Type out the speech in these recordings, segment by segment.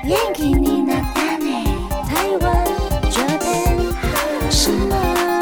元気になったね台湾这边什么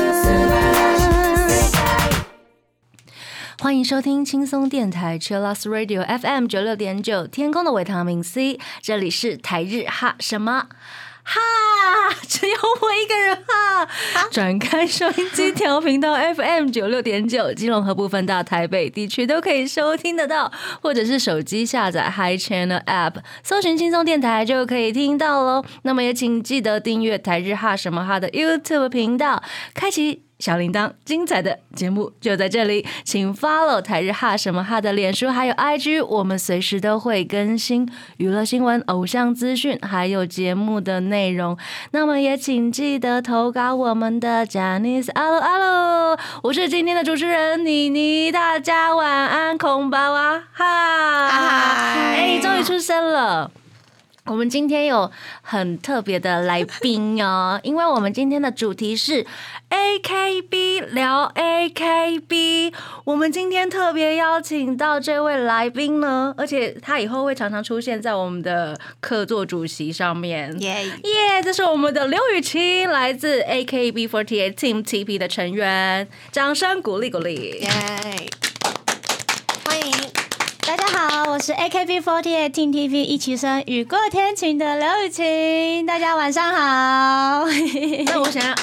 欢迎收听轻松电台 Chillus Radio FM 96.9天空的维他命 C， 这里是台日哈什么哈，只有我一个人哈。转开收音机调频到 FM 96.9，基隆和部分大台北地区都可以收听得到，或者是手机下载 Hi Channel App， 搜寻轻松电台就可以听到咯。那么也请记得订阅台日哈什么哈的 YouTube 频道，开启小铃铛，精彩的节目就在这里，请 follow 台日哈什么哈的脸书还有 IG， 我们随时都会更新娱乐新闻、偶像资讯还有节目的内容。那么也请记得投稿我们的 Janice Hello， 我是今天的主持人妮妮，大家晚安，空巴哇哈，终于出生了。我们今天有很特别的来宾哦，因为我们今天的主题是 AKB 聊 AKB， 我们今天特别邀请到这位来宾呢，而且他以后会常常出现在我们的客座主席上面。耶，这是我们的刘雨晴，来自 AKB48 Team TP 的成员，掌声鼓励鼓励。 耶，欢迎。 大家好，我是 AKB48 Team TP 一期生雨过天晴的刘雨晴，大家晚上好。 那我想要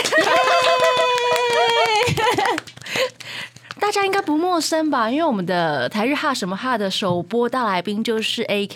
大家应该不陌生吧？因为我们的台日哈什么哈的首播大来宾就是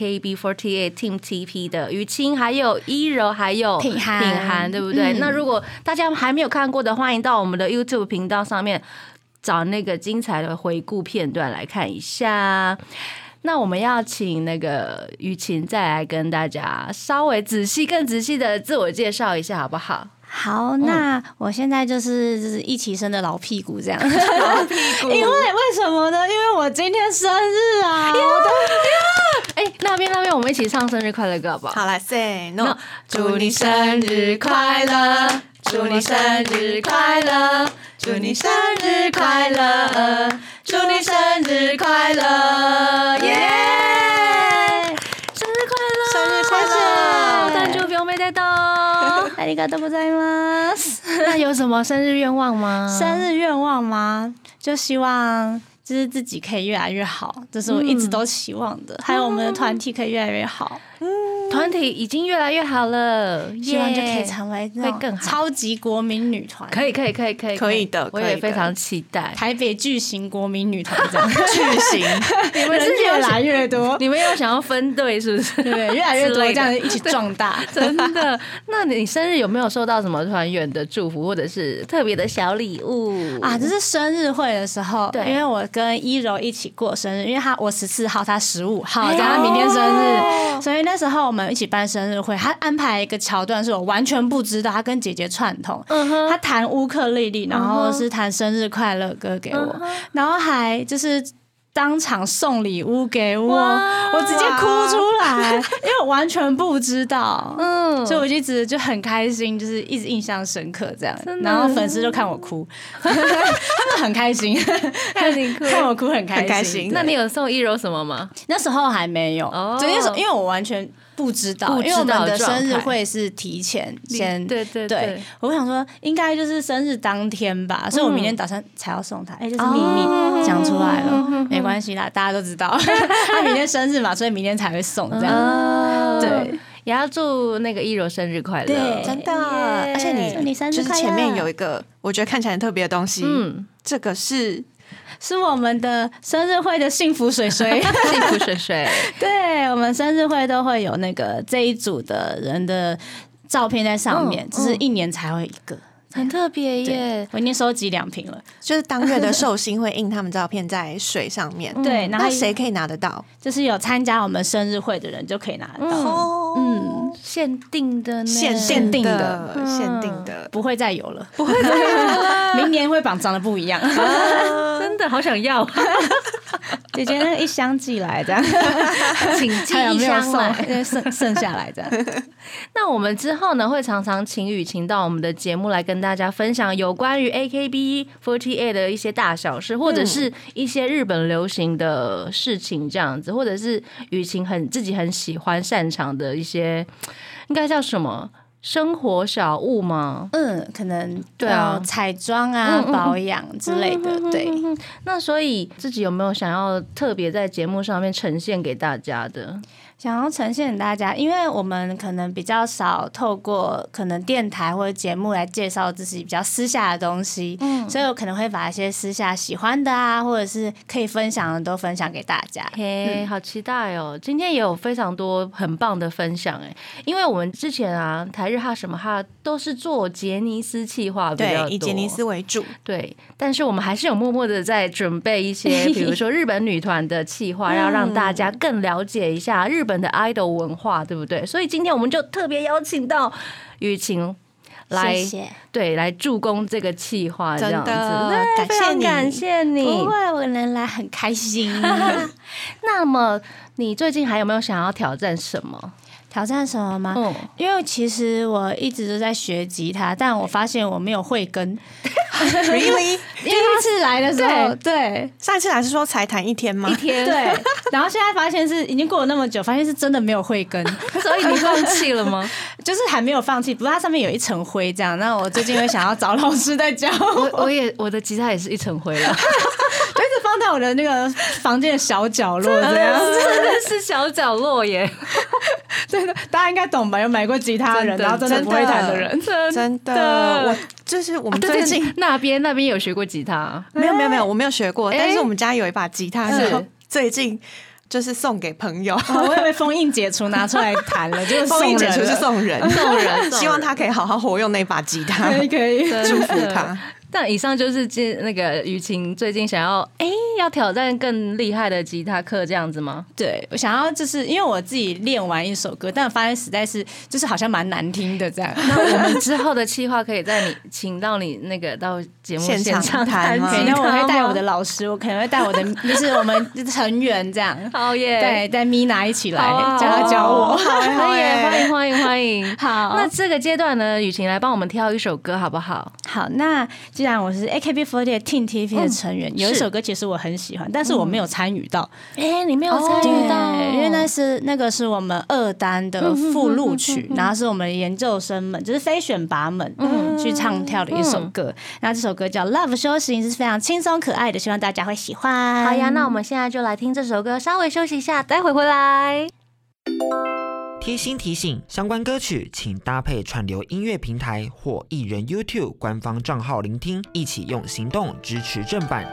AKB48 Team TP 的雨晴，还有依柔，还有品涵， 对不对？那如果大家还没有看过的，欢迎到我们的 YouTube 频道上面找那个精彩的回顾片段来看一下。那我们要请那个雨晴再来跟大家稍微更仔细的自我介绍一下，好不好？ 好，那我现在就是一起生的老屁股这样。老屁股，因为为什么呢？因为我今天生日啊！ 那边我们一起唱生日快乐歌好不好？ 好，来 say no， 祝你生日快乐，祝你生日快乐，祝你生日快乐，祝你生日快乐，耶！ 生日快乐， 生日快乐！ 誕生日おめでとう。 ありがとうございます。 那有什么生日愿望吗？ 生日愿望吗？就希望就是自己可以越来越好，这是我一直都期望的。还有我们的团体可以越来越好。 团体已经越来越好了， 希望就可以成为那种超级国民女团。 可以的，我也非常期待台北巨型国民女团这样。 巨型， 你们是越来越多， 你们有想要分队是不是？ 对，越来越多这样一起壮大， 真的。那你生日有没有收到什么团员的祝福，或者是特别的小礼物啊？这是生日会的时候，对，因为我跟依柔一起过生日，因为我14号，他15号，加上明天生日，所以那时候我们一起办生日会。他安排一个桥段是我完全不知道，他跟姐姐串通，他弹乌克丽丽，然后是弹生日快乐歌给我，然后还就是当场送礼物给我，我直接哭出来，因为我完全不知道，所以我就一直就很开心，就是一直印象深刻这样。然后粉丝就看我哭，他们很开心，看我哭很开心。 那你有送依柔什么吗？ 那时候还没有，因为我完全不知道，因为我们的生日会是提前先，对，我想说应该就是生日当天吧，所以我明天早上才要送他。这是秘密，讲出来了，没关系啦，大家都知道，他明天生日嘛，所以明天才会送这样。对， 也要祝那个依柔生日快乐， 对， 真的，而且你生日快乐， 就是前面有一个我觉得看起来很特别的东西，这个是我们的生日会的幸福水水， 幸福水水。 对，我们生日会都会有那个这一组的人的照片在上面，只是1年才会一个。 很特别耶！ 我已经收集2瓶了， 就是当月的寿星会印他们照片在水上面。 对， 那谁可以拿得到？ 就是有参加我们生日会的人就可以拿得到。 限定的呢？ 限定的，不会再有了，不会再有了。明年会长得不一样， 真的好想要。 姐姐那一箱寄来这样， 请寄一箱来， 因为剩下来这样。 那我们之后呢，会常常请雨晴到我们的节目来跟大家分享有关于 AKB48 的一些大小事，或者是一些日本流行的事情这样子，或者是雨晴自己很喜欢擅长的一些，应该叫什么？生活小物吗？ 可能对啊， 彩妆啊、保养之类的。对， 那所以自己有没有想要特别在节目上面呈现给大家的？ 想要呈现给大家，因为我们可能比较少透过可能电台或者节目来介绍自己比较私下的东西，所以我可能会把一些私下喜欢的啊，或者是可以分享的都分享给大家。 好期待哦！今天也有非常多很棒的分享哎，因为我们之前啊，台日哈什么哈都是做杰尼斯企划比较多， 对，以杰尼斯为主， 对，但是我们还是有默默的在准备一些，比如说日本女团的企划，要让大家更了解一下日本的 idol 文化，对不对？所以今天我们就特别邀请到雨晴来， 谢谢， 对，来助攻这个企划，这样子， 感谢你， 不会，我能来很开心。 那么你最近还有没有想要挑战什么？ 挑战什么吗？因为其实我一直都在学吉他，但我发现我没有慧根。 Really？ 第一次来的时候，对， 上一次来是说才弹1天吗？1 天， 对。然后现在发现是已经过了那么久，发现是真的没有慧根， 所以你放弃了吗？ 就是还没有放弃，不过它上面有一层灰，这样。那我最近会想要找老师在教。 我的吉他也是一层灰了。 就一直放在我的那个房间的小角落，这样真的是小角落耶。 真的，大家应该懂吧？有买过吉他的人，然后真的不会弹的人， 真的。我就是我们最近那边有学过吉他？ 没有，我没有学过。但是我们家有一把吉他，是最近就是送给朋友。 我以为封印解除拿出来弹了，就是封印解除是送人，希望他可以好好活用那把吉他， 可以祝福他。 但以上就是那个雨晴最近想要要挑战更厉害的吉他课这样子吗？ 对，我想要就是因为我自己练完一首歌，但发现实在是就是好像蛮难听的这样。 那我们之后的企划可以在你请到你那个到节目现场弹吗？ 那我会带我的老师，我可能会带我的就是我们成员这样。 好耶！ 对，带 Mina 一起来叫他教我。 好耶！欢迎。 好， 那这个阶段呢，雨晴来帮我们挑一首歌好不好？ 好，那既然我是 AKB48 Team TV 的成员，有一首歌其实我很喜欢，但是我没有参与到。 你没有参与到， 因为那个是我们2单的附录曲，然后是我们研究生们，就是非选拔们去唱跳的一首歌。那这首歌叫 Love 修行，是非常轻松可爱的，希望大家会喜欢。 好呀，那我们现在就来听这首歌，稍微休息一下，待会回来。 贴心提醒：相关歌曲请搭配串流音乐平台或艺人 YouTube 官方账号聆听，一起用行动支持正版。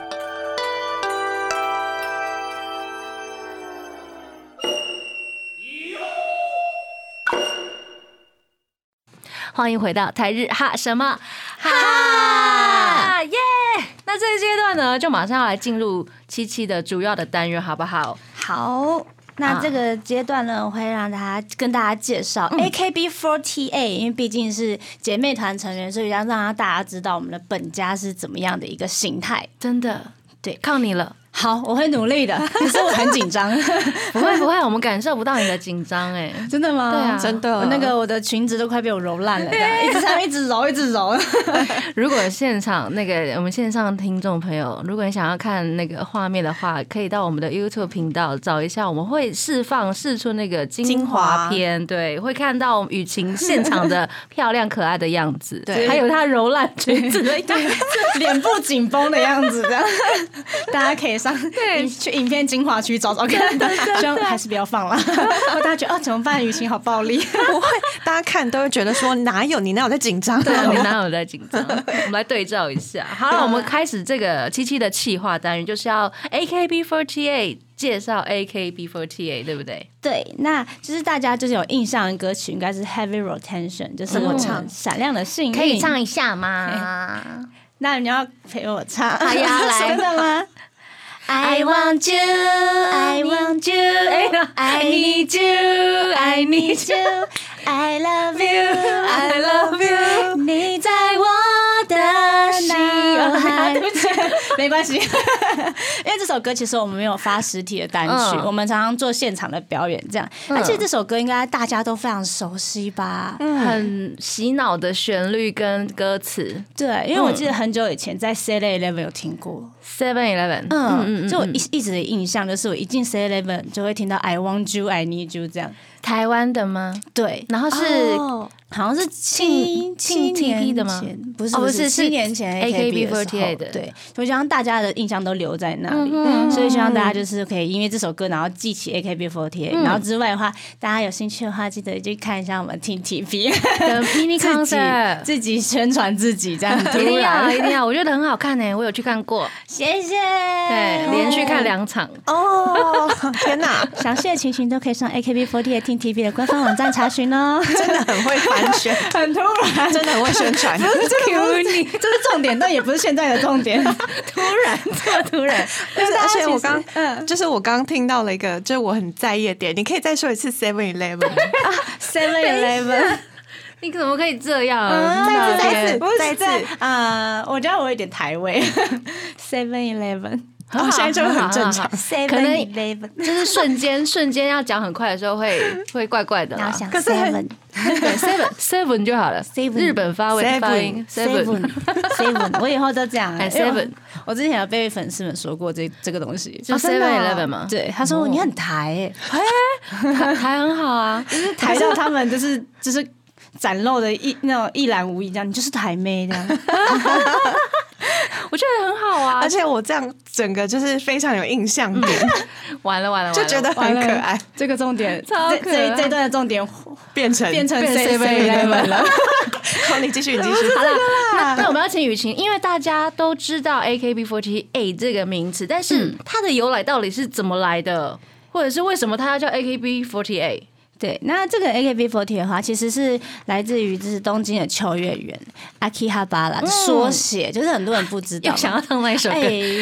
欢迎回到台日哈什么哈耶！那这个阶段呢，就马上要来进入77的主要的单元，好不好？ 好。那这个阶段呢，我会让跟大家介绍 AKB48，因为毕竟是姐妹团成员，所以要让大家知道我们的本家是怎么样的一个形态。 真的， 对， 靠你了。 好，我会努力的。可是我很紧张。 不会，我们感受不到你的紧张哎。 真的吗？ 对啊， 真的。 我的裙子都快被我揉烂了，一直揉。 如果现场我们线上听众朋友，如果你想要看那个画面的话，可以到我们的 YouTube 频道找一下，我们会释出那个精华片，对，会看到雨晴现场的漂亮可爱的样子，对，还有她揉烂裙子的样子， 脸部紧绷的样子，这样大家可以去影片精华区找找看，希望还是不要放了。大家觉得怎么办？雨晴好暴力。 不会，大家看都会觉得说你哪有在紧张？ 对，你哪有在紧张？我们来对照一下。好了，我们开始这个77的企划单元，就是要 AKB48 介绍 AKB48， 对不对？ 对，那就是大家就是有印象的歌曲，应该是 Heavy Rotation， 就是我唱闪亮的幸运， 可以唱一下吗？ 那你要陪我唱？ 好呀，来， 真的吗？I want you, I want you, I need you, I need you, I love you, I love you。你在我的心。对不起， 没关系，因为这首歌其实我们没有发实体的单曲，我们常常做现场的表演这样。而且这首歌应该大家都非常熟悉吧？ 很洗脑的旋律跟歌词。 对，因为我记得很久以前在 7-Eleven 有听过 7-Eleven， 就我一直的印象就是我一进 7-Eleven 就会听到 I want you, I need you 这样。 台湾的吗？ 对， 然后是好像是7 TP 的吗？ 不是7年前 AKB48 的。 对，我希望大家的印象都留在那里，所以希望大家就是可以因为这首歌然后记起 AKB48，然后之外的话，大家有兴趣的话，记得去看一下我们 TTP 的 mini concert， 自己宣传自己这样。 一定要一定要，我觉得很好看呢，我有去看过， 谢谢。 对，连续看2场。 哦，天哪！ 详细的情形都可以上 AKB48 TTP 的官方网站查询哦。 真的很会反宣， 很突然， 真的很会宣传。 不是这是重点，但也不是现在的重点。 突然，这么突然。 而且我刚听到了一个，就是我很在意的点，你可以再说一次 7-Eleven。 7-Eleven。 你怎么可以这样？ 再次我觉得我有点台味。7-Eleven。 现在就很正常， 可能就是瞬间要讲很快的时候会怪怪的啦。 可是 seven 就好了，日本发音 seven， 我以后都这样。 seven， 我之前有被粉丝们说过这个东西， 就 7-Eleven 嘛。 对，他说你很台台很好啊， 就是台到他们就是展露的那种一览无遗，这样你就是台妹这样。 我觉得很好啊， 而且我这样整个就是非常有印象点。 完了， 就觉得很可爱。 这个重点，这段的重点变成 7-Eleven 了。 好，你继续。好了，那我们要请雨晴，因为大家都知道 AKB48 这个名词，但是它的由来到底是怎么来的，或者是为什么它要叫 AKB48？ 对，那这个 AKB48 的话，其实是来自于就是东京的秋叶原 Akihabara 的缩写，就是很多人不知道。 想要唱那一首歌。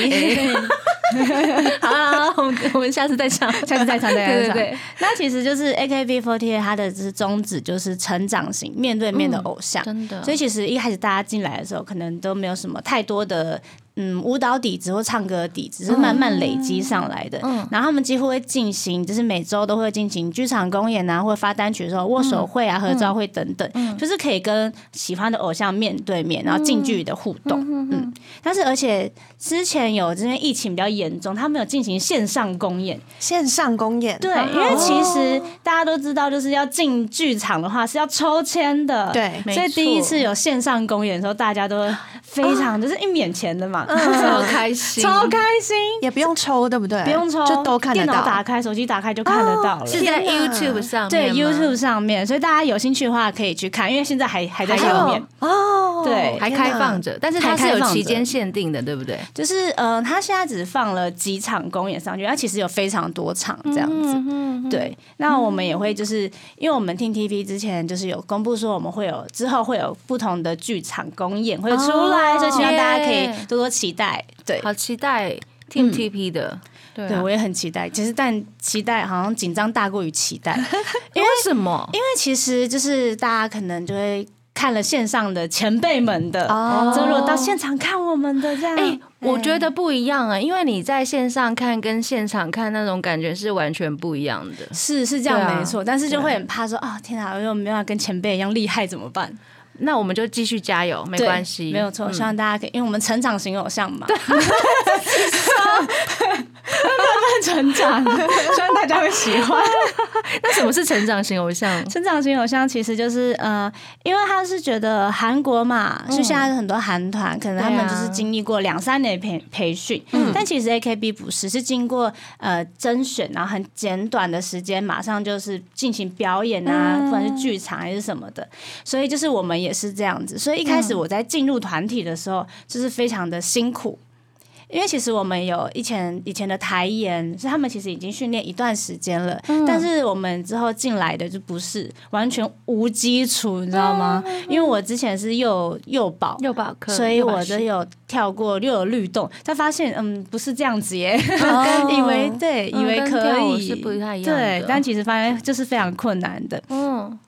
好，我们下次再唱。对。 那其实就是 AKB48 它的宗旨就是成长型面对面的偶像， 真的。 所以其实一开始大家进来的时候，可能都没有什么太多的舞蹈底子或唱歌底子，是慢慢累积上来的。然后他们几乎会进行，就是每周都会进行剧场公演啊，或者发单曲的时候握手会啊、合照会等等，就是可以跟喜欢的偶像面对面，然后近距离的互动。但是而且之前有这边疫情比较严重，他们有进行线上公演。对，因为其实大家都知道，就是要进剧场的话是要抽签的。 对， 所以第一次有线上公演的时候，大家都非常就是一免钱的嘛。 超开心， 也不用抽，对不对？ 不用抽， 就都看得到。 电脑打开，手机打开就看得到了。 是在 YouTube 上面吗？ 对 ，YouTube 上面，所以大家有兴趣的话可以去看，因为现在还在上面哦。 对， 还开放着，但是它是有期间限定的，对不对？ 就是它现在只放了几场公演上去，它其实有非常多场这样子。对，那我们也会就是因为我们听 TV 之前就是有公布说我们会有之后会有不同的剧场公演会出来，所以希望大家可以多多期待。对， 好期待听 TP 的。 对，我也很期待。其实，但期待好像紧张大过于期待。 为什么？ 因为其实就是大家可能就会看了线上的前辈们的，就如果到现场看我们的这样， 我觉得不一样啊，因为你在线上看跟现场看那种感觉是完全不一样的。 是这样没错，但是就会很怕说天哪，我又没办法跟前辈一样厉害怎么办？ 那我们就继续加油，没关系， 没有错。希望大家可以，因为我们成长型偶像嘛，慢慢成长，希望大家会喜欢。 那什么是成长型偶像？ 成长型偶像其实就是因为他是觉得韩国嘛，就现在很多韩团，可能他们就是经历过2-3年培训，但其实 AKB 不是经过甄选，然后很简短的时间，马上就是进行表演啊，不管是剧场还是什么的，所以就是我们也是这样子。所以一开始我在进入团体的时候，就是非常的辛苦。因为其实我们有以前的台研，所以他们其实已经训练一段时间了，但是我们之后进来的就不是完全无基础，你知道吗？因为我之前是幼保课， 所以我就有跳过又有律动，但发现不是这样子耶，以为可以是不太一样的， 对，但其实发现就是非常困难的。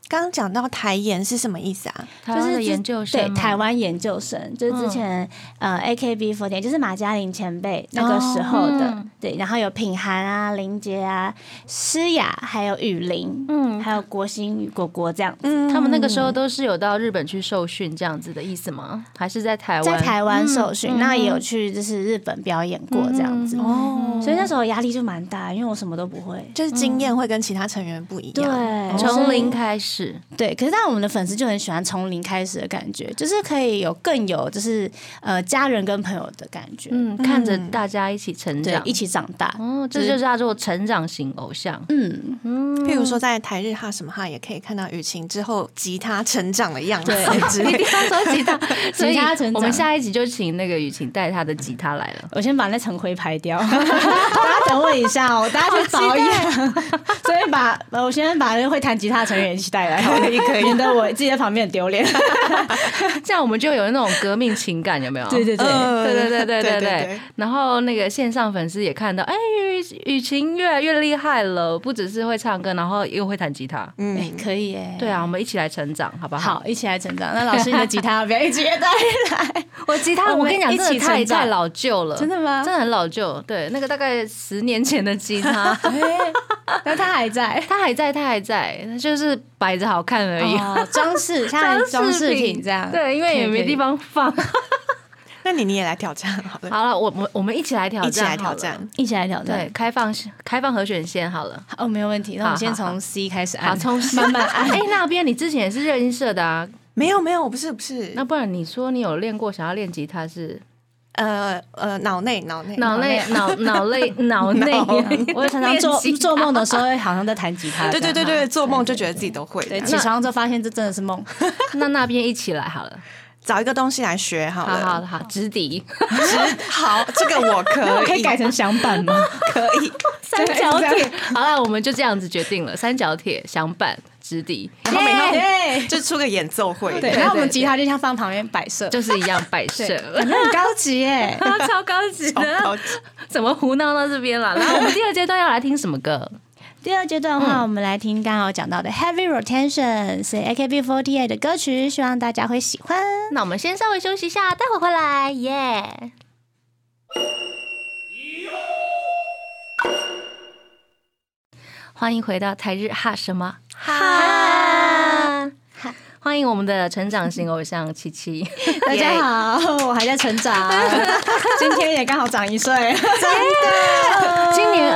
刚刚讲到台研是什么意思啊？ 台湾的研究生， 对，台湾研究生，就是之前AKB48，就是马嘉玲前辈那个时候的，对，然后有品涵啊、林杰啊、诗雅，还有雨林，还有国兴、果果这样子。 他们那个时候都是有到日本去受训这样子的意思吗？还是在台湾？ 在台湾受训，那也有去就是日本表演过这样子。所以那时候压力就蛮大，因为我什么都不会， 就是经验会跟其他成员不一样， 对， 从零开始。 对，可是当然我们的粉丝就很喜欢从零开始的感觉，就是可以有更有就是家人跟朋友的感觉， 看着大家一起成长， 一起长大， 这就叫做成长型偶像。 譬如说在台日哈什么哈也可以看到雨晴之后吉他成长的样子之类的。 说吉他，所以成长， 我们下一集就请那个雨晴带他的吉他来了。 我先把那层灰排掉，大家等我一下哦，大家去保养。所以我先把会弹吉他的成员一起带来，可以，免得我自己在旁边很丢脸。 这样我们就有那种革命情感，有没有？ 对对对对对对对对。然后那个线上粉丝也看到，哎，雨晴越来越厉害了，不只是会唱歌，然后又会弹吉他。 可以耶。 对啊，我们一起来成长，好不好？ 好，一起来成长。那老师，你的吉他要不要一起带来？ 我吉他，我跟你讲，真的太老旧了。 真的吗？ 真的很老旧。对，那个大概10年前的吉他， 那他还在， 他还在，就是摆着好看而已。 装饰，像装饰品这样。 对，因为也没地方放。 那你也来挑战好了。 好了，我们一起来挑战， 一起来挑战。 对，开放和弦先好了。 没有问题。那我们先从 C 开始按， 好，从慢慢按。 那边你之前也是热音社的啊？ 没有，我不是。 那不然你说你有练过，想要练吉他是？ 脑内， 我常常做梦的时候，好像在弹吉他。 对，做梦就觉得自己都会。 对，起床之后发现这真的是梦。 那边一起来好了。 找一个东西来学好了。 好，直笛。 好，这个我可以改成响板吗？ 可以。 三角铁。好了，我们就这样子决定了，三角铁、响板、直笛， 然后每天就出个演奏会。 对，然后我们吉他就像放旁边摆设， 就是一样摆设， 很高级耶， 超高级的。怎么胡闹到这边了？然后我们第二阶段要来听什么歌？ 第二阶段的话，我们来听刚刚有讲到的 Heavy Rotation， 是 AKB48 的歌曲，希望大家会喜欢。 那我们先稍微休息一下，待会回来，耶！欢迎回到台日哈什么哈。欢迎我们的成长型偶像七七。 大家好，我还在成长，今天也刚好长1岁，真的，今年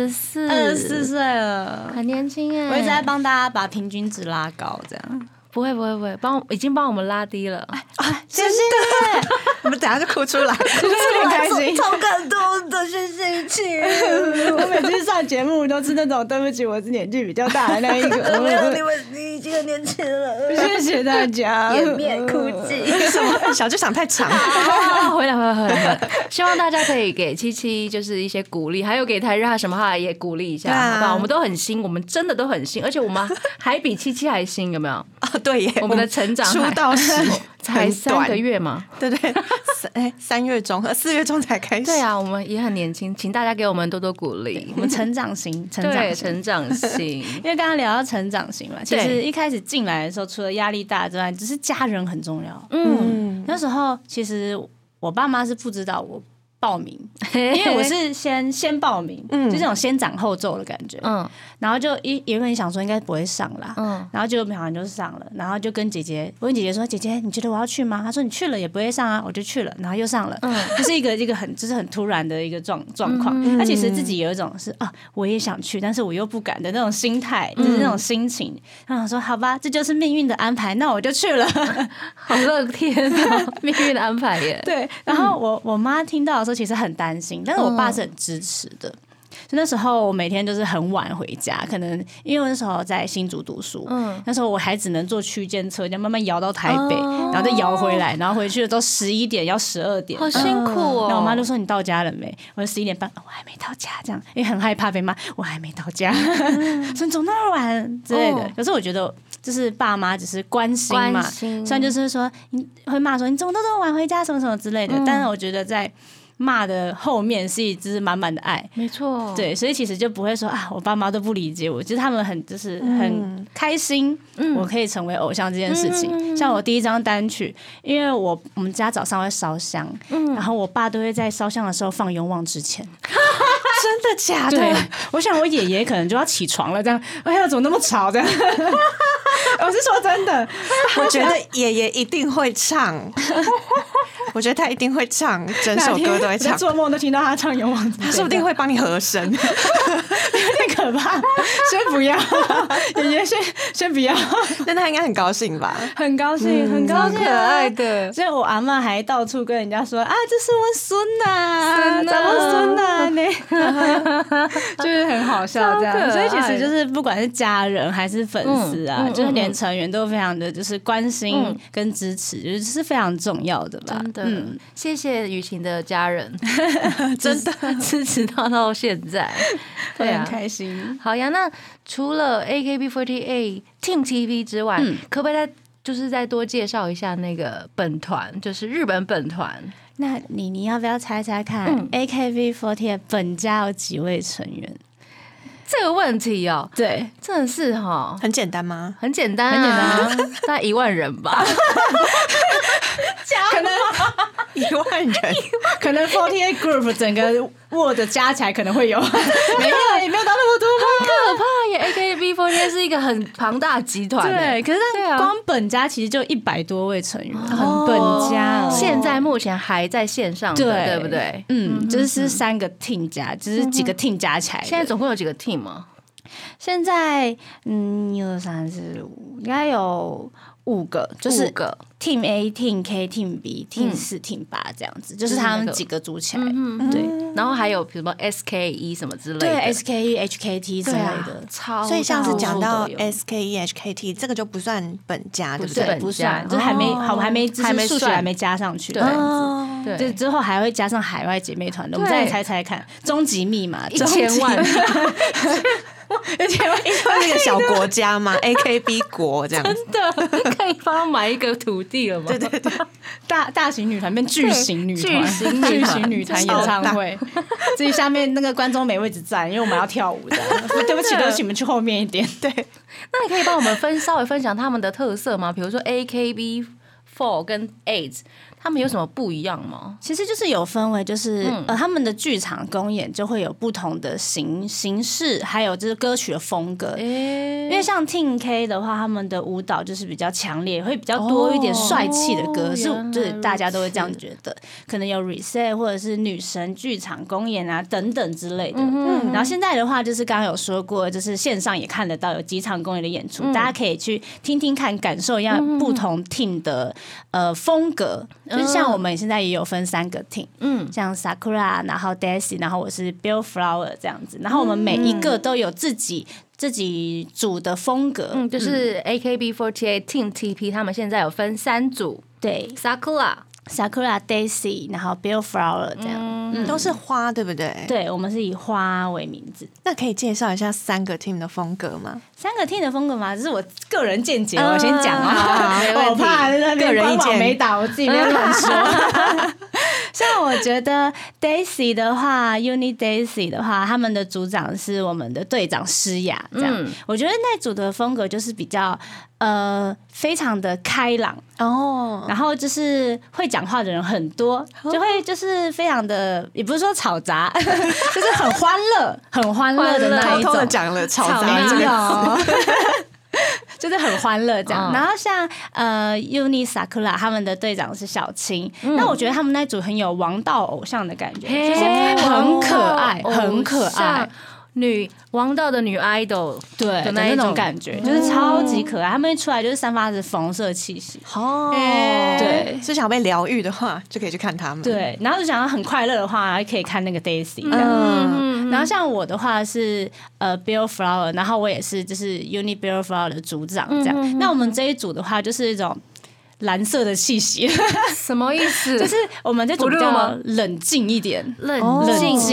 24 岁了， 很年轻哎。 我一直在帮大家把平均值拉高，这样。 不会，已经帮我们拉低了。 谢谢， 我们等下就哭出来， 是不是很开心？ 超感动的，谢谢亲。 我每次上节目都是那种对不起，我是年纪比较大的那一个。 没有，你已经很年轻了。 谢谢大家。 掩面哭泣。什么？小剧场太长。 回来。希望大家可以给七七就是一些鼓励，还有给台日哈什么哈也鼓励一下，好不好？我们都很新，我们真的都很新，而且我们还比七七还新，有没有？ 对耶， 我们的成长出道时才3个月嘛， 对，3月中和4月中才开始。 对啊，我们也很年轻，请大家给我们多多鼓励。 我们成长型，成长型。 因为刚刚聊到成长型嘛，其实一开始进来的时候，除了压力大之外，只是家人很重要。那时候其实我爸妈是不知道我报名，因为我是先报名，就这种先斩后奏的感觉。然后就原本想说应该不会上啦，然后就好像就上了，然后就跟我跟姐姐说，姐姐你觉得我要去吗？她说你去了也不会上啊，我就去了，然后又上了，就是一个很突然的一个状况。那其实自己有一种是我也想去，但是我又不敢的那种心态，就是那种心情。然后想说好吧，这就是命运的安排，那我就去了。 好乐天哦，命运的安排耶。 对，然后我妈听到的时候其实很担心，但是我爸是很支持的。所以那时候我每天就是很晚回家，可能因为我那时候在新竹读书，那时候我还只能坐区间车，这样慢慢摇到台北，然后再摇回来，然后回去的都11点，要12点， 好辛苦哦。 然后我妈就说你到家了没？我说11点半，我还没到家，这样因为很害怕被骂，我还没到家，说你怎么那么晚之类的。可是我觉得就是爸妈只是关心嘛，虽然就是说你会骂说你怎么都这么晚回家什么什么之类的，但是我觉得在骂的后面是就是满满的爱， 没错， 对，所以其实就不会说啊，我爸妈都不理解我，就是他们就是很开心，我可以成为偶像这件事情。像我第一张单曲，因为我们家早上会烧香，然后我爸都会在烧香的时候放《勇往直前》。 真的假的？ 对，我想我爷爷可能就要起床了，这样，哎呀，怎么那么吵？这样，我是说真的， 我觉得爷爷一定会唱，我觉得他一定会唱，整首歌都会唱。 做梦都听到他唱《勇往直前》， 他说不定会帮你和声，有点可怕。先不要，爷爷先不要。 但他应该很高兴吧？ 很高兴，很高兴， 可爱的。 所以我阿嬷还到处跟人家说啊，这是我孙呐，咱们孙呐呢。就是很好笑这样，所以其实就是不管是家人还是粉丝啊，就是连成员都非常的就是关心跟支持，就是非常重要的吧。 真的，谢谢雨晴的家人，真的支持到现在， 对啊，很开心。 好呀，那除了 AKB48 Team TP 之外，可不可以再多介绍一下那个本团，就是日本本团？ 那你要不要猜猜看，AKB48 本家有几位成员？ 这个问题哦， 对， 真的是哈， 很简单吗？ 很简单，很简单，大概1万人吧。 可能 1万人， 可能48 Group 整个 Word 加起来可能会有，没有，也没有到那么多吗？ 很可怕耶！AKB48 是一个很庞大的集团， 对，可是光本家其实就100多位成员，很本家。 现在目前还在线上的，对不对？ 就是3个 team 加，就是几个 team 加起来。 现在总共有几个 team 吗？ 现在1、2、3、4、5，应该有5个，就是 5个 Team A、Team K、Team B、Team 4、Team 8这样子，就是他们几个组起来。对， 然后还有比如说 SKE 什么之类的， 对 SKE、HKT 之类的， 超。 所以像是讲到 SKE、HKT 这个就不算本家，对不对？ 不算，就是还没就是数学还没加上去这样子。对，之后还会加上海外姐妹团的，我们再猜猜看，终极密码 1000万。 因为那个小国家嘛，AKB 国这样子， 真的可以帮他买一个土地了吗？ 对对对， 大型女团变巨型女团，巨型女团演唱会，自己下面那个观众没位置站，因为我们要跳舞的。对不起，你们去后面一点。 对， 那你可以帮我们稍微分享他们的特色吗？比如说 AKB4 跟8。他们有什么不一样吗？ 其实就是有分为，就是他们的剧场公演就会有不同的形式，还有就是歌曲的风格。因为像 Team K 的话，他们的舞蹈就是比较强烈，会比较多一点帅气的歌，就是大家都会这样觉得。可能有 Reset 或者是女神剧场公演啊等等之类的。然后现在的话，就是刚刚有说过，就是线上也看得到有几场公演的演出，大家可以去听听看，感受一下不同 team 的风格。就是像我们现在也有分3个 team，像 Sakura， 然后 Daisy， 然后我是 Billflower 这样子，然后我们每一个都有自己组的风格， 就是 AKB48 Team TP， 他们现在有分3组， 对 Sakura、Daisy， 然后 Billflower 这样， 都是花，对不对？ 对，我们是以花为名字。 那可以介绍一下3个 team 的风格吗 ？3个 team 的风格吗？这是我个人见解，我先讲我怕那边官网没打，我自己没乱说。像我觉得 Daisy 的话 ，Uni Daisy 的话，他们的组长是我们的队长诗雅，这样，我觉得那组的风格就是比较非常的开朗然后就是会讲话的人很多，就会就是非常的，也不是说吵杂，就是很欢乐的那一种。 偷偷的讲了吵杂这个词。 就是很欢乐这样，然后像Uni Sakura 他们的队长是小青，那我觉得他们那组很有王道偶像的感觉，就是很可爱，很可爱。 王道的女 idol 对的那种感觉，就是超级可爱。他们一出来就是散发着粉红色的气息。对， 是想被疗愈的话，就可以去看他们。 对，然后就想要很快乐的话，可以看那个 Daisy。然后像我的话是Billflower， 然后我也是就是 Uni Billflower 的组长这样。那我们这一组的话就是一种蓝色的气息， 什么意思？ 就是我们这组比较冷静一点， 冷静。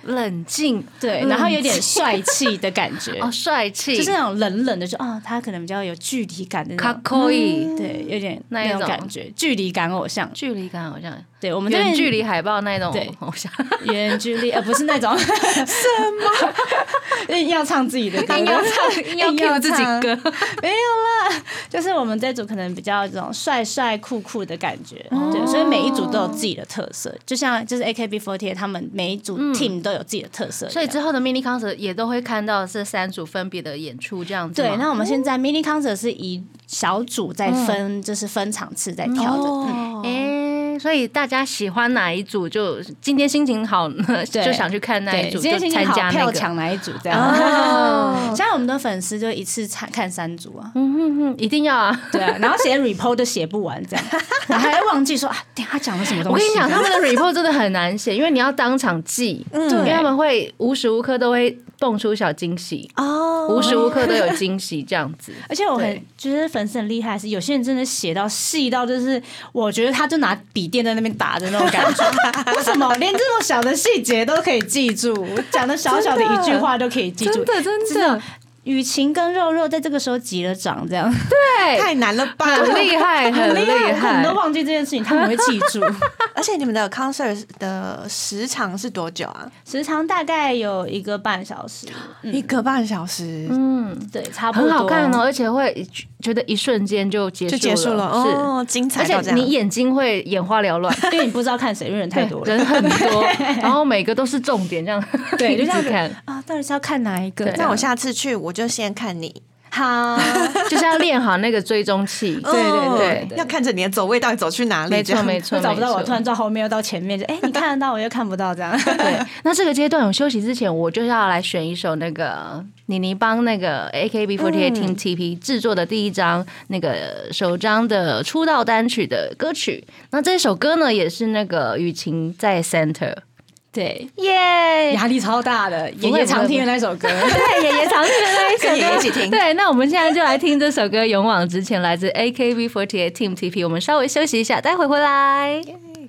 冷静， 对，然后有点帅气的感觉。 哦，帅气， 就是那种冷冷的，就他可能比较有距离感的那种。 かっこいい， 对，有点那种感觉，距离感偶像， 距离感偶像。 对，我们远距离海报那种偶像， 远距离不是那种什么，硬要唱自己的歌，硬要 cue 自己歌， 没有啦，就是我们这组可能比较这种帅帅酷酷的感觉，对，所以每一组都有自己的特色，就像就是 AKB48 他们每一组 team 都有自己的特色， 所以之后的 mini concert 也都会看到这3组分别的演出这样子。 对，那我们现在 mini concert 是以小组在分，就是分场次在跳的， 所以大家喜欢哪一组，就今天心情好就想去看那一组， 今天心情好票抢哪一组这样。像我们的粉丝就一次看3组啊， 一定要啊， 对啊，然后写 report 都写不完这样，然后还忘记说他讲了什么东西。 我跟你讲，他们的 report 真的很难写，因为你要当场记，因为他们会无时无刻都会蹦出小惊喜无时无刻都有惊喜这样子。 而且我很觉得粉丝很厉害，是有些人真的写到细到就是我觉得他就拿笔电在那边打的那种感觉。为什么连这种小的细节都可以记住？讲的小小的一句话都可以记住， 真的。 雨晴跟肉肉在这个时候击了掌，这样对， 太难了吧？ 很厉害，很厉害， 我们都忘记这件事情，他们会记住。 而且你们的 concert 的时长是多久啊？ 时长大概有1个半小时 ，1个半小时， 对，差不多， 很好看哦，而且会觉得一瞬间就结束了， 哦，精彩到这样， 而且你眼睛会眼花缭乱， 因为你不知道看谁，因为人太多了， 人很多，然后每个都是重点，这样对，就这样看到底是要看哪一个？ 那我下次去我就先看你。 好， 就是要练好那个追踪器， 对， 要看着你的走位到底走去哪里， 没错， 找不到我，突然到后面又到前面，就你看得到我又看不到这样。 对，那这个阶段我休息之前，我就要来选一首那个妮妮帮那个 AKB48 Team TP 制作的第1张那个首张的出道单曲的歌曲。那这首歌呢，也是那个雨晴在 center。 对， 耶， 压力超大的，爷爷常听的那首歌， 对，爷爷常听的那一首歌， 跟爷爷一起听。 对，那我们现在就来听这首歌《勇往直前》，来自 AKB48 Team TP。我们稍微休息一下，待会回来。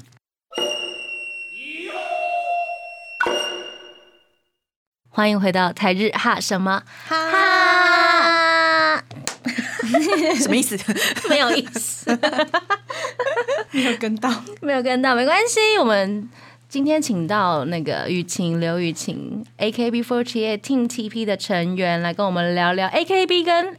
欢迎回到台日哈什么哈？ 什么意思？ 没有意思， 没有跟到， 没关系，我们。今天请到那个雨晴刘雨晴 AKB48 Team TP 的成员来跟我们聊聊 AKB 跟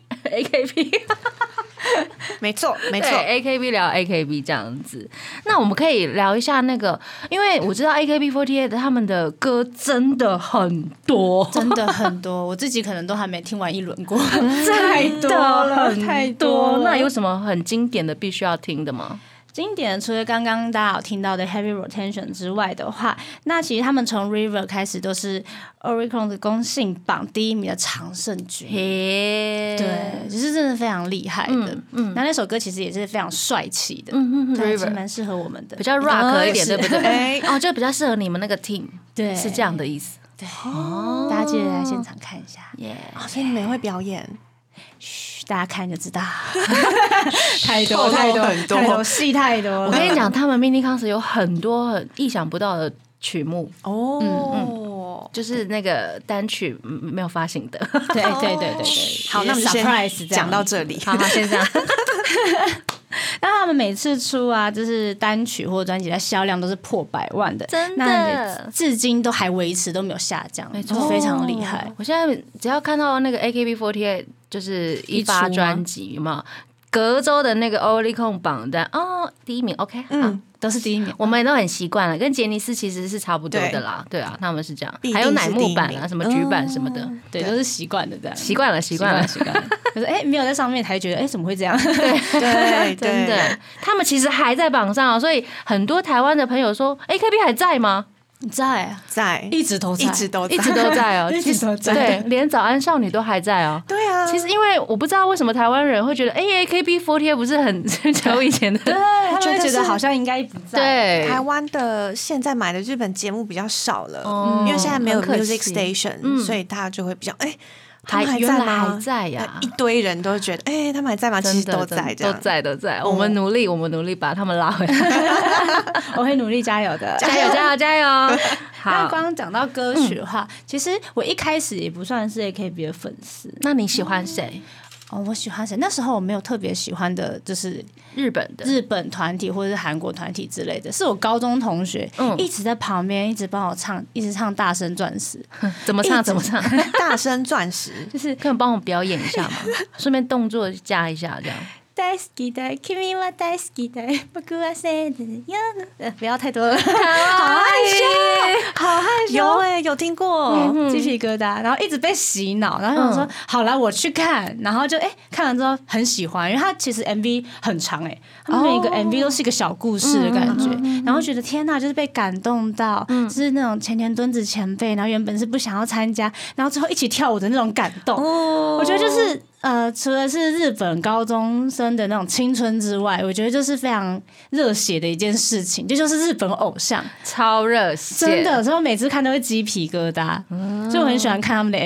AKB 没错 AKB 聊 AKB 这样子。那我们可以聊一下那个，因为我知道 AKB48 他们的歌真的很多， 真的很多，我自己可能都还没听完一轮过， 太多了， 太多了。 那有什么很经典的必须要听的吗？ 经典除了刚刚大家有听到的 Heavy Rotation 之外的话，那其实他们从 River 开始都是 Oricon 的公信榜第1名的常胜军，对，就是真的非常厉害的。那首歌其实也是非常帅气的，River 蛮适合我们的， 比较 rock 一点，对不对？就比较适合你们那个 team， 对， 是这样的意思。 对，大家记得来现场看一下， 所以你们也会表演。 大家看就知道，太多戏太多了。 我跟你讲，他们 mini concert 有很多很意想不到的曲目就是那个单曲没有发行的。 对。 好，那我们就先讲到这里。 好，先这样。 那他们每次出就是单曲或专辑的销量都是破100万的， 真的， 至今都还维持都没有下降，没错，非常厉害。 我现在只要看到那个 AKB48 就是一发专辑，有没有？隔周的那个 Oricon 榜单第1名 ，OK， 都是第1名， 我们也都很习惯了，跟杰尼斯其实是差不多的啦，对啊，他们是这样，还有乃木坂什么菊坂什么的， 对，都是习惯的这样， 习惯了。 可是没有在上面，才觉得怎么会这样？ 对，真的，他们其实还在榜上所以很多台湾的朋友说 AKB 还在吗？ 在，一直都在， 一直都在哦， 一直都在， 对，连早安少女都还在哦。 对啊， 其实因为我不知道为什么台湾人会觉得AKB48 不是很久以前的， 对，他们会觉得好像应该不在。 对， 台湾的现在买的日本节目比较少了，因为现在没有 Music Station，所以大家就会比较他们还原来在吗？ 还在呀， 一堆人都觉得，哎，他们还在吗？其实都在，这样都在。我们努力把他们拉回来。 我会努力加油的， 加油！ 那刚刚讲到歌曲的话，其实我一开始也不算是 AKB 的粉丝。 那你喜欢谁？ 我喜欢谁？那时候我没有特别喜欢的，就是日本团体或者是韩国团体之类的。是我高中同学一直在旁边一直帮我唱，一直唱《大声钻石》。 怎么唱？ 大声钻石， 就是可以帮我表演一下吗？顺便动作加一下，这样。 大好きだ君は大好きだ僕はせいで不要太多了，好害羞， 有听过， 鸡皮疙瘩，然后一直被洗脑，然后想说好啦，我去看，然后就看完之后很喜欢，因为它其实 MV 很长他们每一个 MV 都是一个小故事的感觉，然后觉得天哪，就是被感动到，就是那种前敦子前辈，然后原本是不想要参加，然后最后一起跳舞的那种感动，我觉得就是除了是日本高中生的那种青春之外，我觉得就是非常热血的一件事情，这就是日本偶像， 超热血， 真的，所以我每次看都会鸡皮疙瘩，所以我很喜欢看他们的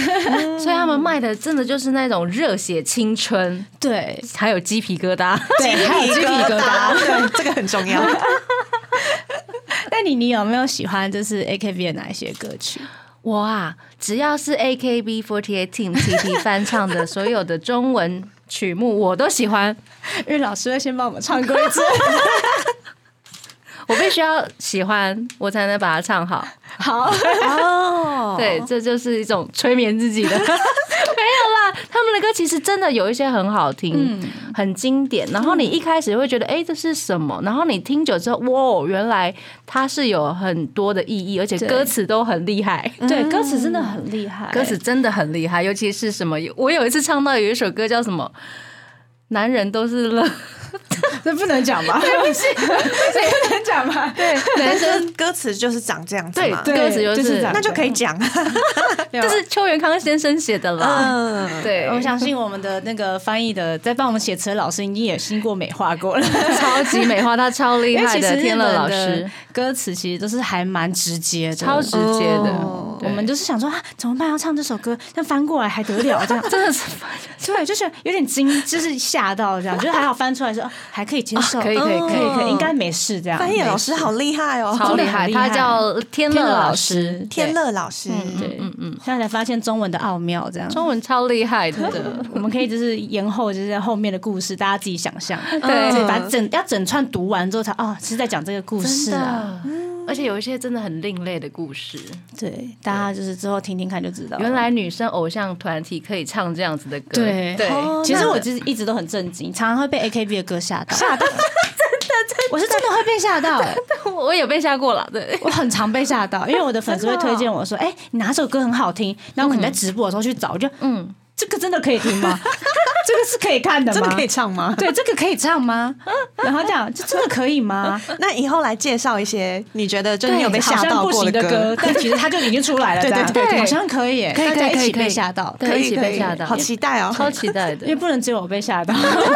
MV， 所以他们卖的真的就是那种热血青春， 对， 还有鸡皮疙瘩， 对，还有鸡皮疙瘩， 对，这个很重要。 那你有没有喜欢就是 AKB 的哪一些歌曲？ 我啊，只要是 AKB48 Team TT 翻唱的所有的中文曲目，我都喜欢。 因为老师会先帮我们唱过一次， 我必须要喜欢，我才能把它唱好。 好对，这就是一种催眠自己的。没有啦，他们的歌其实真的有一些很好听，很经典。然后你一开始会觉得，这是什么？然后你听久之后，哇，原来它是有很多的意义，而且歌词都很厉害。 对，歌词真的很厉害， 歌词真的很厉害，尤其是什么？我有一次唱到有一首歌叫什么？男人都是乐。 这不能讲吧？对不起，这不能讲吧？对， 但是歌词就是长这样子嘛， 对，歌词就是那就可以讲， 这是邱元康先生写的啦。对， 我相信我们的那个翻译的在帮我们写词的老师，已经也经过美化过了， 超级美化，他超厉害的天乐老师。 歌词其实都是还蛮直接的， 超直接的。 我们就是想说怎么办？要唱这首歌，但翻过来还得了？这样真的是，对，就是有点就是吓到这样，就是还好翻出来说还可以接受，可以，应该没事这样。 翻译老师好厉害哦， 超厉害，他叫天乐老师， 天乐老师， 对，现在才发现中文的奥妙，这样中文超厉害的。 我们可以就是延后，就是在后面的故事，大家自己想象，对，把整串读完之后才是在讲这个故事啊。 而且有一些真的很另类的故事， 对，大家就是之后听听看就知道， 原来女生偶像团体可以唱这样子的歌。 对，其实我就是一直都很震惊，常常会被 AKB 的歌吓到，真的，我是真的会被吓到， 我也被吓过了，对， 我很常被吓到，因为我的粉丝会推荐我说，你哪首歌很好听，然后我可能在直播的时候去找，我就这个真的可以听吗？这个是可以看的吗？ 真的可以唱吗？ 对，这个可以唱吗？然后这样，这真的可以吗？ 那以后来介绍一些你觉得就是你有被吓到过的歌， 但其实它就已经出来了，对，好像可以，大家一起被吓到， 可以一起被吓到， 好期待哦， 超期待的， 因为不能只有我被吓到，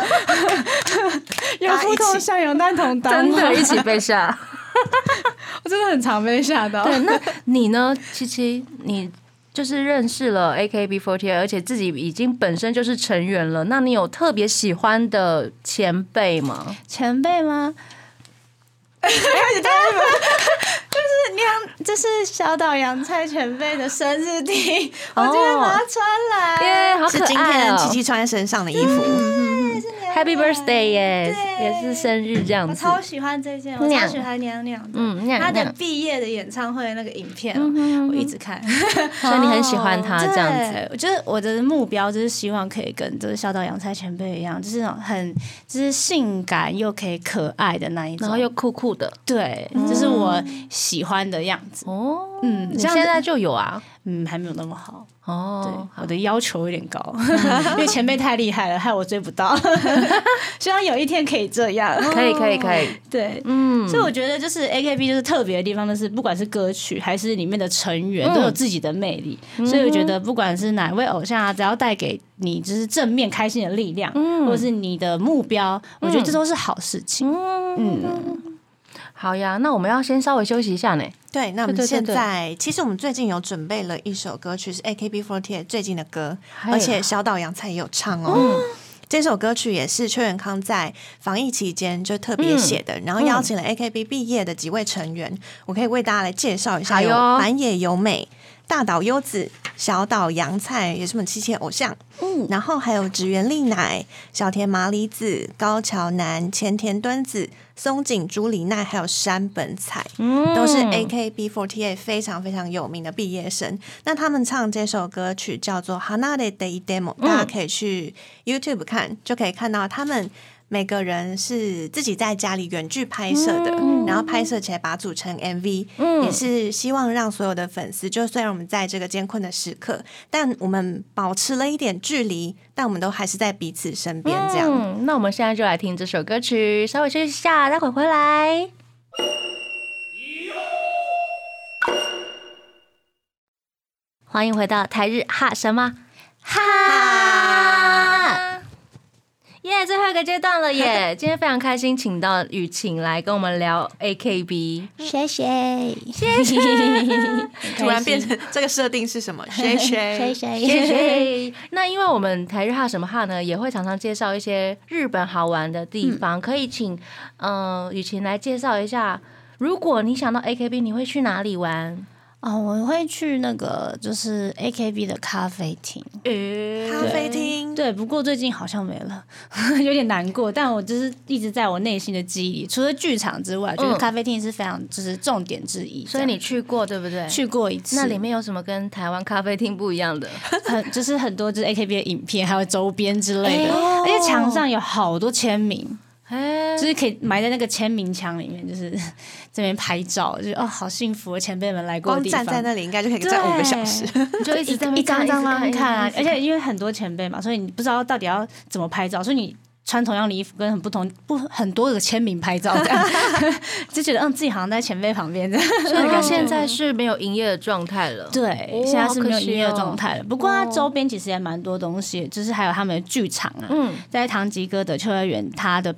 有福同享，有难同当， 真的一起被吓。 我真的很常被吓到。 对，那你呢，七七？你就是认识了 AKB48， 而且自己已经本身就是成员了。那你有特别喜欢的前辈吗？ 前辈吗？就是小岛洋菜前辈的生日 T， 我今天把它穿来， 好可爱哦！ 是今天七七穿在身上的衣服。 Happy birthday 耶，也是生日这样子。 我超喜欢这件，我超喜欢娘娘的，他的毕业的演唱会那个影片，我一直看， 所以你很喜欢他这样子。 我觉得我的目标就是希望可以跟就是小岛洋菜前辈一样，就是那种很就是性感又可以可爱的那一种， 然后又酷酷的， 对，就是我喜欢的样子。 你现在就有啊？ 还没有那么好。 对， 我的要求有点高，因为前辈太厉害了，害我追不到。希望有一天可以这样， 可以。 对，所以我觉得就是 AKB 就是特别的地方，就是不管是歌曲还是里面的成员都有自己的魅力，所以我觉得不管是哪位偶像啊，只要带给你就是正面开心的力量，或者是你的目标，我觉得这都是好事情。 好呀，那我们要先稍微休息一下呢。 对，那我们现在其实我们最近有准备了一首歌曲，是 AKB48 最近的歌，而且小岛洋菜也有唱哦。这首歌曲也是邱元康在防疫期间就特别写的，然后邀请了 AKB 毕业的几位成员，我可以为大家来介绍一下，有满野由美、大岛优子、小岛洋菜，也是我们77偶像，然后还有指原莉乃、小田麻里子、高桥南、前田敦子、松井朱里奈，还有山本彩，都是 AKB48 非常非常有名的毕业生。那他们唱这首歌曲叫做《Hanare de Demo》，大家可以去 YouTube 看，就可以看到他们每个人是自己在家里远距拍摄的，然后拍摄起来把它组成 MV，也是希望让所有的粉丝，就虽然我们在这个艰困的时刻，但我们保持了一点距离，但我们都还是在彼此身边这样。 那我们现在就来听这首歌曲，稍微休息一下，待会回来。欢迎回到台日哈什么哈。耶，最后一个阶段了耶！今天非常开心，请到雨晴来跟我们聊 AKB。 谢谢。 突然变成这个设定是什么？谢谢。那因为我们台日哈什么哈呢，也会常常介绍一些日本好玩的地方，可以请雨晴来介绍一下。如果你想到 AKB， 你会去哪里玩？ 我会去那个就是 AKB 的咖啡厅。 咖啡厅对，不过最近好像没了，有点难过。但我就是一直在我内心的记忆里，除了剧场之外，觉得咖啡厅是非常就是重点之一。 所以你去过对不对？ 去过一次。 那里面有什么跟台湾咖啡厅不一样的？ 就是很多就是 AKB 的影片，还有周边之类的，而且墙上有好多签名。就是可以埋在那个签名墙里面，就是这边拍照，就好幸福！前辈们来过的地方， 光站在那里应该就可以站5个小时， 就一直在那一张张看啊！而且因为很多前辈嘛，所以你不知道到底要怎么拍照，所以你穿同样的衣服跟很多个签名拍照，这样就觉得自己好像在前辈旁边这样。 所以他现在是没有营业的状态了。 对，现在是没有营业的状态了。不过它周边其实也蛮多东西，就是还有他们的剧场啊，在唐吉诃德秋叶原它的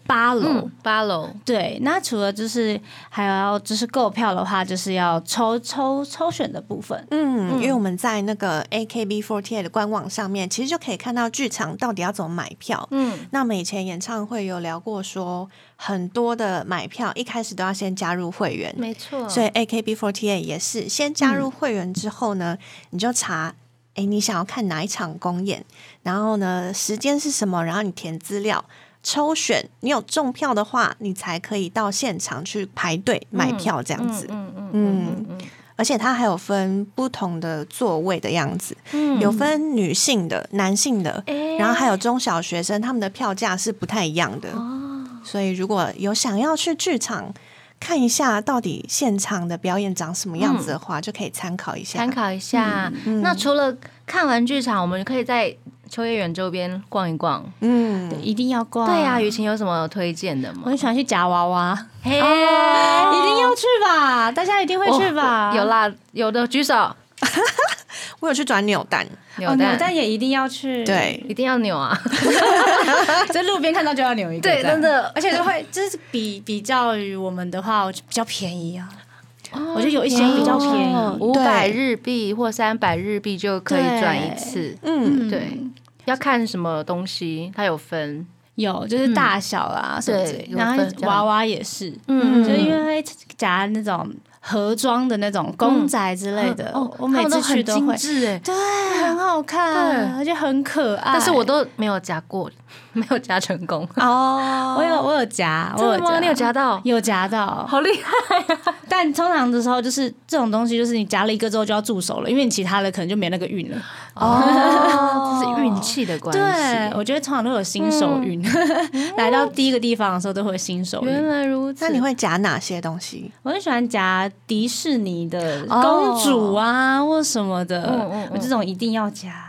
8楼。对，那除了就是还要就是购票的话，就是要抽选的部分。 因为我们在那个 AKB48 的官网上面，其实就可以看到剧场到底要怎么买票。那我们以前演唱会有聊过说，很多的买票一开始都要先加入会员， 没错。 所以 AKB48 也是先加入会员之后呢，你就查你想要看哪一场公演，然后呢时间是什么，然后你填资料抽选，你有中票的话，你才可以到现场去排队买票这样子。而且它还有分不同的座位的样子，有分女性的、男性的，然后还有中小学生，他们的票价是不太一样的。所以如果有想要去剧场看一下到底现场的表演长什么样子的话，就可以参考一下。 那除了看完剧场，我们可以在秋叶原周边逛一逛。 对，一定要逛。 对啊，雨晴有什么推荐的吗？ 我很喜欢去夹娃娃，一定要去吧，大家一定会去吧？ 有啦，有的举手。 我有去转扭蛋， 扭蛋也一定要去， 对， 一定要扭啊！ 在路边看到就要扭一个， 对，真的， 而且就会就是比较于我们的话，比较便宜啊。我觉得有一些比较便宜 ，500日币或300日币就可以转一次。对，要看什么东西，它有分。 有，就是大小啦，对，然后娃娃也是，就因为会夹那种盒装的那种公仔之类的，我每次去都会，对，很好看，而且很可爱。 但是我都没有夹过，没有夹成功。 我有夹， 真的吗？你有夹到？ 有夹到， 好厉害啊！ 但通常的时候，就是这种东西，就是你夹了一个之后就要住手了，因为你其他的可能就没那个运了。 这是运气的关系。 对，我觉得通常都有新手运，来到第一个地方的时候都会有新手运。 原来如此。 那你会夹哪些东西？ 我很喜欢夹迪士尼的公主啊，或什么的，我这种一定要夹。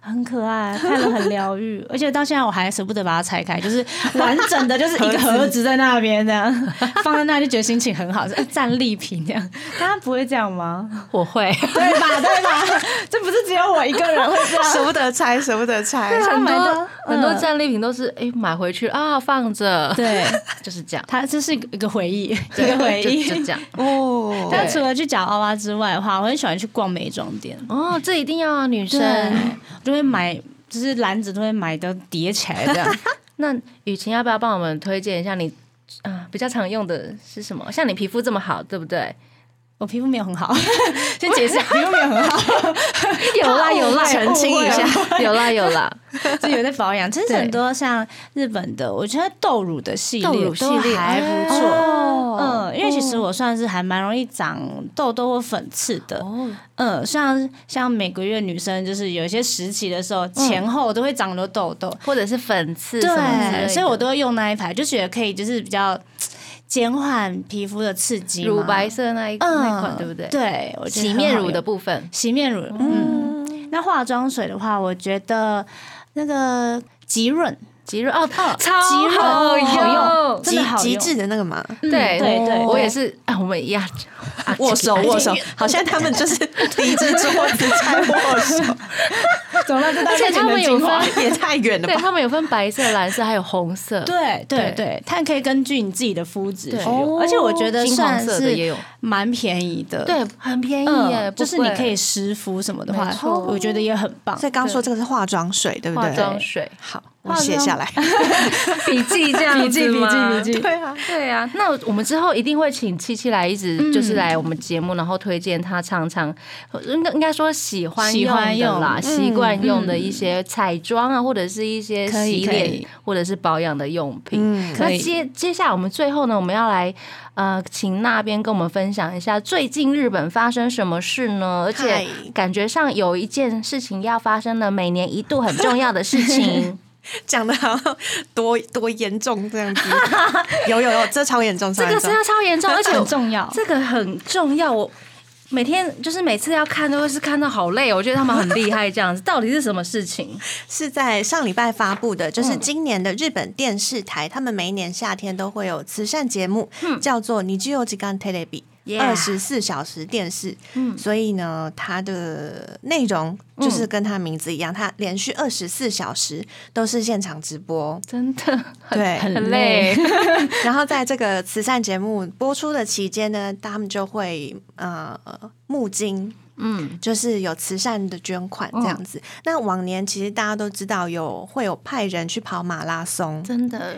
很可爱，看了很疗愈，而且到现在我还舍不得把它拆开，就是完整的就是一个盒子在那边这样放在那就觉得心情很好，战利品这样。大家不会这样吗？ 我会， 对吧？对吧？这不是只有我一个人会这样， 舍不得拆，舍不得拆。 很多战利品都是买回去啊放着， 对， 就是这样。 它这是一个回忆，一个回忆就这样哦。 但除了去夹娃娃之外的话，我很喜欢去逛美妆店。 哦，这一定要啊，女生我就会买，就是篮子都会买的叠起来这样。 那雨晴要不要帮我们推荐一下你比较常用的是什么？像你皮肤这么好，对不对？ 我皮肤没有很好，先解释，皮肤没有很好。 有啦， 澄清一下， 有啦， 就有在保养。其实很多像日本的，我觉得豆乳的系列都还不错。因为其实我算是还蛮容易长痘痘或粉刺的。像每个月女生就是有一些时期的时候，前后都会长很多痘痘， 或者是粉刺什么之类的， 所以我都会用那一排，就觉得可以就是比较减缓皮肤的刺激， 乳白色那一款对不对？ 对，我觉得洗面乳的部分， 洗面乳，那化妆水的话，我觉得那个极润超好用， 真的好用， 极致的那个嘛， 对，我也是，我们一样握手，好像他们就是离着桌子在握手。 怎么办？ 而且他们有分也太远了吧？ 对，他们有分白色、蓝色，还有红色。 对，它可以根据你自己的肤质去用，而且我觉得算是蛮便宜的， 对，很便宜耶。 就是你可以湿敷什么的话，我觉得也很棒。 所以刚说这个是化妆水，对不对？ 化妆水， 好，我写下来， 笔记这样子吗？ 笔记。 对啊。那我们之后一定会请七七来，一直就是来我们节目，然后推荐他常常应该说喜欢用的啦，习惯用的一些彩妆啊，或者是一些洗脸或者是保养的用品。那接下来我们最后呢，我们要来请那边跟我们分享一下最近日本发生什么事呢？而且感觉上有一件事情要发生了，每年一度很重要的事情。 讲的好像多严重这样子，有，这超严重， 这个真的超严重，而且很重要， 这个很重要。我每天就是每次要看都会是看到好累，我觉得他们很厉害。这样子到底是什么事情？是在上礼拜发布的，就是今年的日本电视台，他们每一年夏天都会有慈善节目，叫做24時間テレビ。24小时电视，所以呢，它的内容就是跟它名字一样，它连续24小时都是现场直播， 真的很累。 然后在这个慈善节目播出的期间呢，他们就会募金。就是有慈善的捐款这样子。那往年其实大家都知道会有派人去跑马拉松， 真的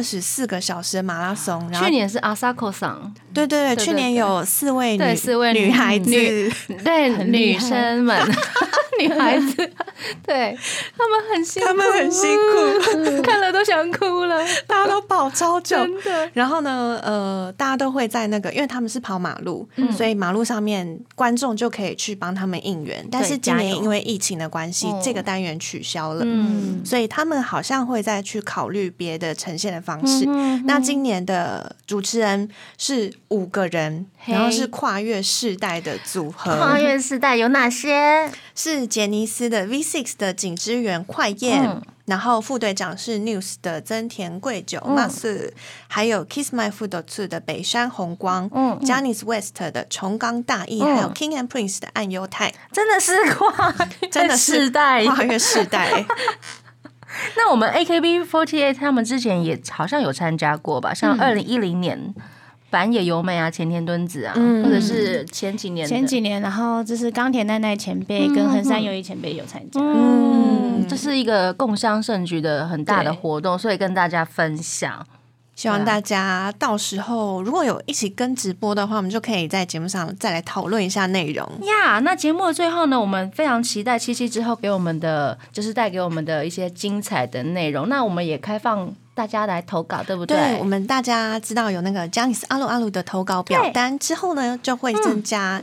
24个小时的马拉松。 去年是Asako桑， 对，去年有4位女孩子， 对女生们，女孩子，对他们很辛苦，看了都想哭了， 大家都跑超久， 真的。 然后呢，大家都会在那个，因为他们是跑马路，所以马路上面观众就可以去帮他们应援。但是今年因为疫情的关系，这个单元取消了，所以他们好像会再去考虑别的呈现的方式。那今年的主持人是5个人，然后是跨越世代的组合。 跨越世代有哪些？ 是杰尼斯的 V6 的景之源快彦，然后副队长是 News 的增田贵久 Mas， 还有 Kiss My Food 2的北山宏光，Johnny's West 的重冈大义，还有 King and Prince 的岸优太， 真的是跨真的世代， 跨越世代。 那我们 AKB48 他们之前也好像有参加过吧，像2010年。板野由美啊，前田敦子啊，或者是前几年， 然后就是冈田奈奈前辈跟横山由依前辈有参加， 这是一个共襄盛举的很大的活动，所以跟大家分享。 希望大家到时候如果有一起跟直播的话，我们就可以在节目上再来讨论一下内容呀。那节目的最后呢，我们非常期待77之后给我们的，就是带给我们的一些精彩的内容。那我们也开放大家来投稿，对不对？ 对，我们大家知道有那个 Johnny's 阿鲁阿鲁的投稿表单之后呢，就会增加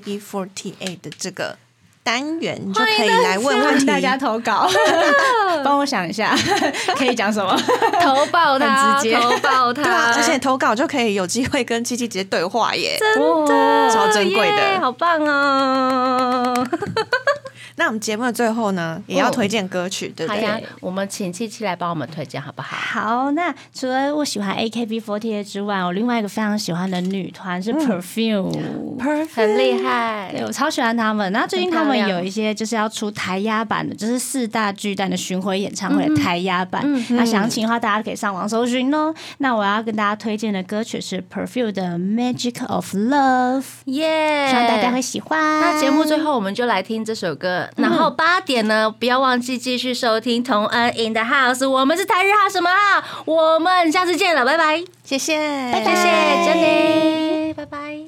AKB48 的这个单元，你就可以来问问题， 大家投稿，帮我想一下可以讲什么， 投报他， 很直接投报他， 对啊，而且投稿就可以有机会跟77直接对话耶， 真的超珍贵的， 好棒哦！ 那我们节目的最后呢，也要推荐歌曲，对不对？ 好呀，我们请七七来帮我们推荐好不好？ 好，那除了我喜欢 AKB48 之外，我另外一个非常喜欢的女团是 Perfume， 很厉害， 对我超喜欢他们。然后最近他们有一些就是要出台压版的，就是4大巨蛋的巡回演唱会的台压版。那详情的话，大家可以上网搜寻哦。那我要跟大家推荐的歌曲是 Perfume 的 Magic of Love， 耶！ 希望大家会喜欢。 那节目最后我们就来听这首歌，然后8点呢，不要忘记继续收听同恩 in the house， 我们是台日哈什么哈，我们下次见了，拜拜， 谢谢， 谢谢珍妮，拜拜。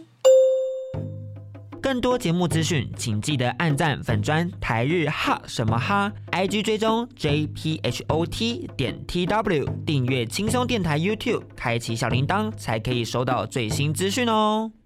更多节目资讯，请记得按赞粉专台日哈什么哈 ，IG 追踪 JPHOT.TW， 订阅轻松电台 YouTube， 开启小铃铛才可以收到最新资讯哦。